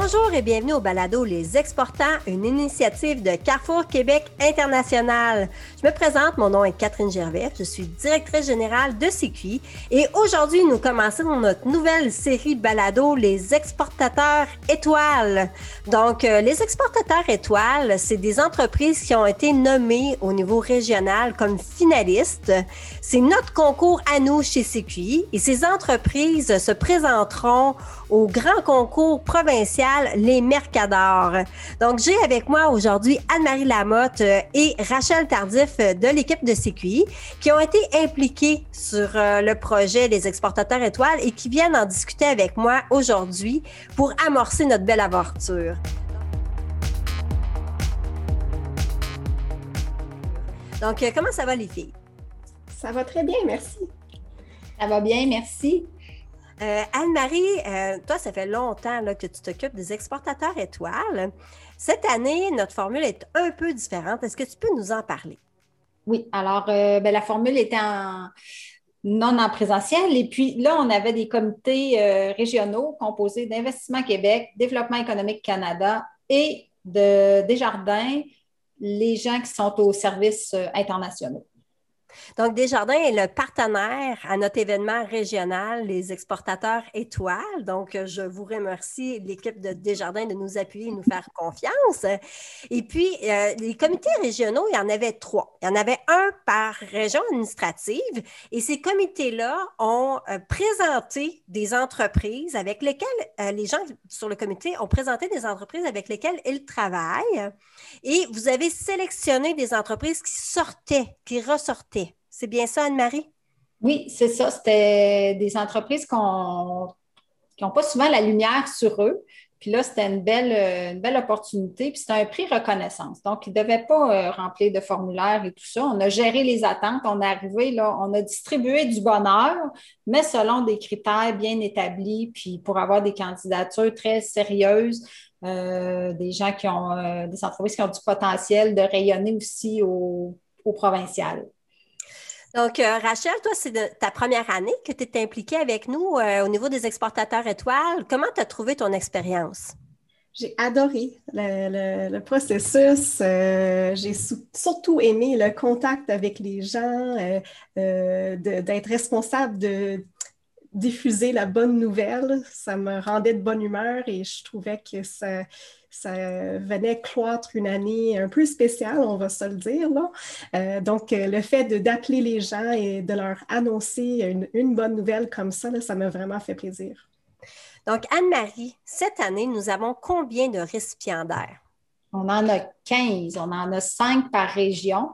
Bonjour et bienvenue au balado Les Exportants, une initiative de Carrefour Québec International. Je me présente, mon nom est Catherine Gervais, je suis directrice générale de CQI et aujourd'hui nous commençons notre nouvelle série balado Les Exportateurs Étoiles. Donc, les Exportateurs Étoiles, c'est des entreprises qui ont été nommées au niveau régional comme finalistes. C'est notre concours à nous chez CQI et ces entreprises se présenteront au grand concours provincial Les Mercadors. Donc, j'ai avec moi aujourd'hui Anne-Marie Lamotte et Rachel Tardif de l'équipe de CQI qui ont été impliquées sur le projet des Exportateurs Étoiles et qui viennent en discuter avec moi aujourd'hui pour amorcer notre belle aventure. Donc, comment ça va les filles? Ça va très bien, merci. Ça va bien, merci. Anne-Marie, toi, ça fait longtemps là, que tu t'occupes des Exportateurs Étoiles. Cette année, notre formule est un peu différente. Est-ce que tu peux nous en parler? Oui, alors la formule était non en présentiel et puis là, on avait des comités régionaux composés d'Investissement Québec, Développement économique Canada et de Desjardins, les gens qui sont aux services internationaux. Donc, Desjardins est le partenaire à notre événement régional, les Exportateurs Étoiles. Donc, je vous remercie, l'équipe de Desjardins, de nous appuyer et nous faire confiance. Et puis, les comités régionaux, il y en avait 3. Il y en avait un par région administrative et ces comités-là ont présenté des entreprises avec lesquelles les gens sur le comité ont présenté des entreprises avec lesquelles ils travaillent. Et vous avez sélectionné des entreprises qui ressortaient. C'est bien ça, Anne-Marie? Oui, c'est ça. C'était des entreprises qui n'ont pas souvent la lumière sur eux. Puis là, c'était une belle opportunité. Puis c'était un prix reconnaissance. Donc, ils ne devaient pas remplir de formulaire et tout ça. On a géré les attentes. On est arrivé là, on a distribué du bonheur, mais selon des critères bien établis, puis pour avoir des candidatures très sérieuses, des gens qui ont des entreprises qui ont du potentiel de rayonner aussi au provincial. Donc, Rachel, toi, c'est ta première année que tu es impliquée avec nous au niveau des Exportateurs Étoiles. Comment tu as trouvé ton expérience? J'ai adoré le processus. J'ai surtout aimé le contact avec les gens, d'être responsable de diffuser la bonne nouvelle. Ça me rendait de bonne humeur et je trouvais que ça venait cloître une année un peu spéciale, on va se le dire, là. Donc, le fait d'appeler les gens et de leur annoncer une bonne nouvelle comme ça, là, ça m'a vraiment fait plaisir. Donc, Anne-Marie, cette année, nous avons combien de récipiendaires? On en a 15. On en a 5 par région.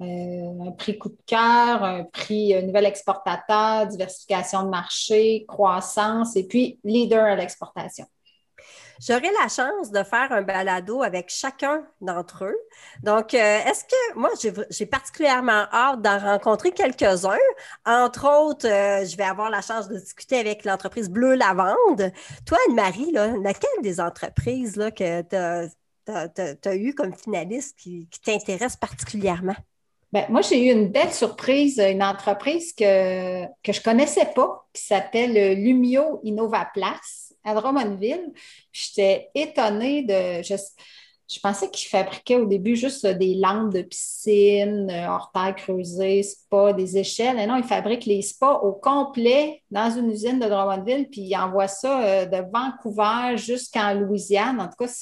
Un prix coup de cœur, un prix nouvel exportateur, diversification de marché, croissance et puis leader à l'exportation. J'aurai la chance de faire un balado avec chacun d'entre eux. Donc, est-ce que moi, j'ai particulièrement hâte d'en rencontrer quelques-uns. Entre autres, je vais avoir la chance de discuter avec l'entreprise Bleu Lavande. Toi, Anne-Marie, là, laquelle des entreprises là, que tu as eu comme finaliste qui t'intéresse particulièrement? Ben, moi, j'ai eu une belle surprise, une entreprise que je ne connaissais pas, qui s'appelle Lumio Innovaplace à Drummondville. J'étais étonnée je pensais qu'ils fabriquaient au début juste des lampes de piscine, hors terre creusée, spa, des échelles. Et non, ils fabriquent les spas au complet dans une usine de Drummondville, puis ils envoient ça de Vancouver jusqu'en Louisiane. En tout cas,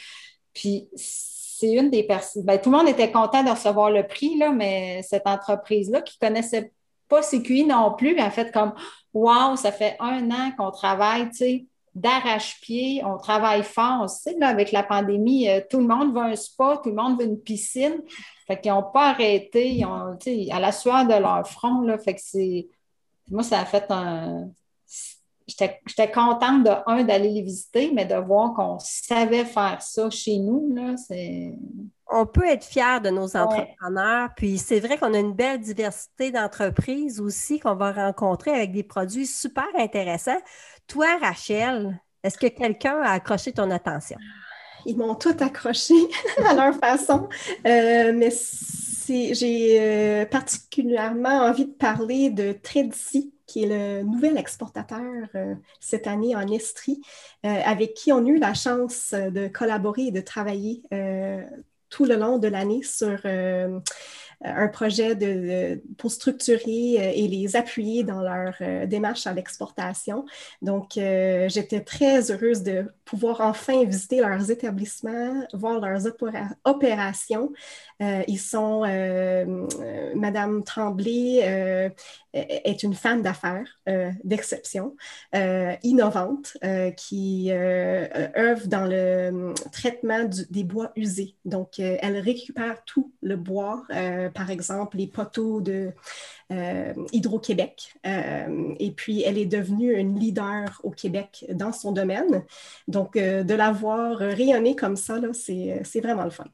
c'est une des personnes. Ben, tout le monde était content de recevoir le prix, là, mais cette entreprise-là qui ne connaissait pas CQI non plus, en fait, comme wow, ça fait 1 an qu'on travaille, tu sais, d'arrache-pied, on travaille fort. On sait, là, avec la pandémie, tout le monde veut un spa, tout le monde veut une piscine. Fait qu'ils n'ont pas arrêté, ils ont, tu sais, à la sueur de leur front, là, fait que moi, ça a fait un. J'étais contente d'aller les visiter, mais de voir qu'on savait faire ça chez nous, là, c'est. On peut être fier de nos Ouais. entrepreneurs, puis c'est vrai qu'on a une belle diversité d'entreprises aussi qu'on va rencontrer avec des produits super intéressants. Toi, Rachel, est-ce que quelqu'un a accroché ton attention? Ils m'ont tout accroché à leur façon, mais j'ai particulièrement envie de parler de Trédici, qui est le nouvel exportateur cette année en Estrie, avec qui on a eu la chance de collaborer et de travailler tout le long de l'année sur un projet pour structurer et les appuyer dans leur démarche à l'exportation. Donc, j'étais très heureuse de pouvoir enfin visiter leurs établissements, voir leurs opérations. Ils sont, Madame Tremblay est une femme d'affaires d'exception, innovante, qui œuvre dans le traitement des bois usés. Donc, elle récupère tout le bois, par exemple, les poteaux de Hydro-Québec. Et puis, elle est devenue une leader au Québec dans son domaine. Donc, de la voir rayonner comme ça, là, c'est vraiment le fun.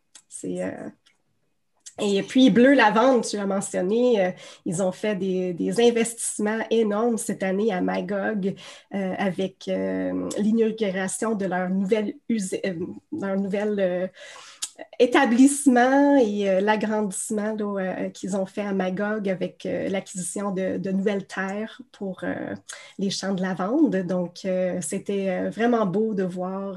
Et puis, Bleu Lavande, tu l'as mentionné, ils ont fait des investissements énormes cette année à Magog avec l'inauguration de leur nouvelle établissement et l'agrandissement qu'ils ont fait à Magog avec l'acquisition de nouvelles terres pour les champs de lavande. Donc, c'était vraiment beau de voir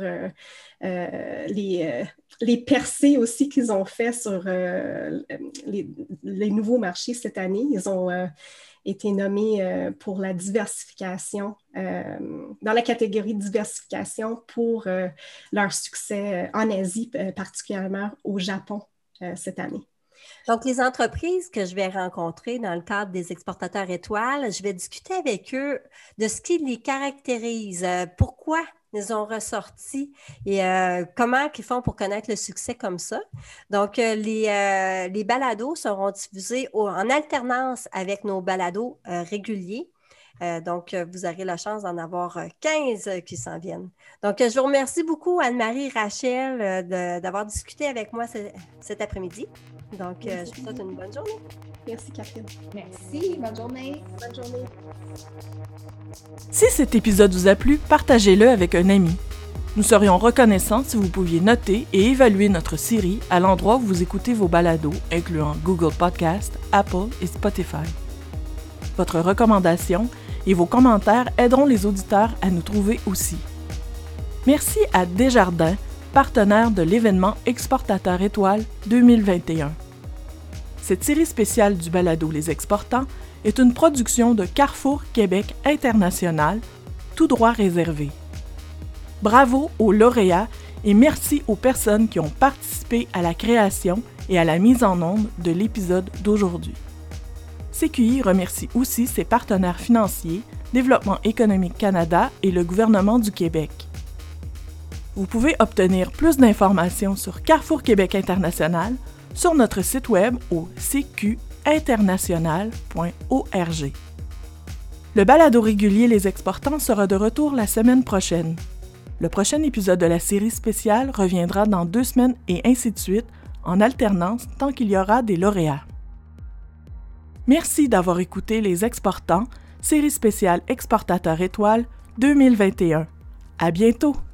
les percées aussi qu'ils ont fait sur les nouveaux marchés cette année. Ils ont été nommés pour la diversification, dans la catégorie diversification pour leur succès en Asie, particulièrement au Japon cette année. Donc, les entreprises que je vais rencontrer dans le cadre des exportateurs étoiles, je vais discuter avec eux de ce qui les caractérise, pourquoi ils ont ressorti et comment ils font pour connaître le succès comme ça. Donc, les balados seront diffusés en alternance avec nos balados réguliers. Donc, vous aurez la chance d'en avoir 15 qui s'en viennent. Donc, je vous remercie beaucoup, Anne-Marie, Rachel, d'avoir discuté avec moi cet après-midi. Donc, je vous souhaite une bonne journée. Merci, Catherine. Merci. Bonne journée. Bonne journée. Si cet épisode vous a plu, partagez-le avec un ami. Nous serions reconnaissants si vous pouviez noter et évaluer notre série à l'endroit où vous écoutez vos balados, incluant Google Podcasts, Apple et Spotify. Votre recommandation et vos commentaires aideront les auditeurs à nous trouver aussi. Merci à Desjardins, partenaire de l'événement Exportateur Étoile 2021. Cette série spéciale du balado Les Exportants est une production de Carrefour Québec International, tout droit réservé. Bravo aux lauréats et merci aux personnes qui ont participé à la création et à la mise en onde de l'épisode d'aujourd'hui. CQI remercie aussi ses partenaires financiers, Développement économique Canada et le gouvernement du Québec. Vous pouvez obtenir plus d'informations sur Carrefour Québec International sur notre site web au cqinternational.org. Le balado régulier Les Exportants sera de retour la semaine prochaine. Le prochain épisode de la série spéciale reviendra dans 2 semaines et ainsi de suite, en alternance tant qu'il y aura des lauréats. Merci d'avoir écouté Les Exportants, série spéciale Exportateur Étoile 2021. À bientôt!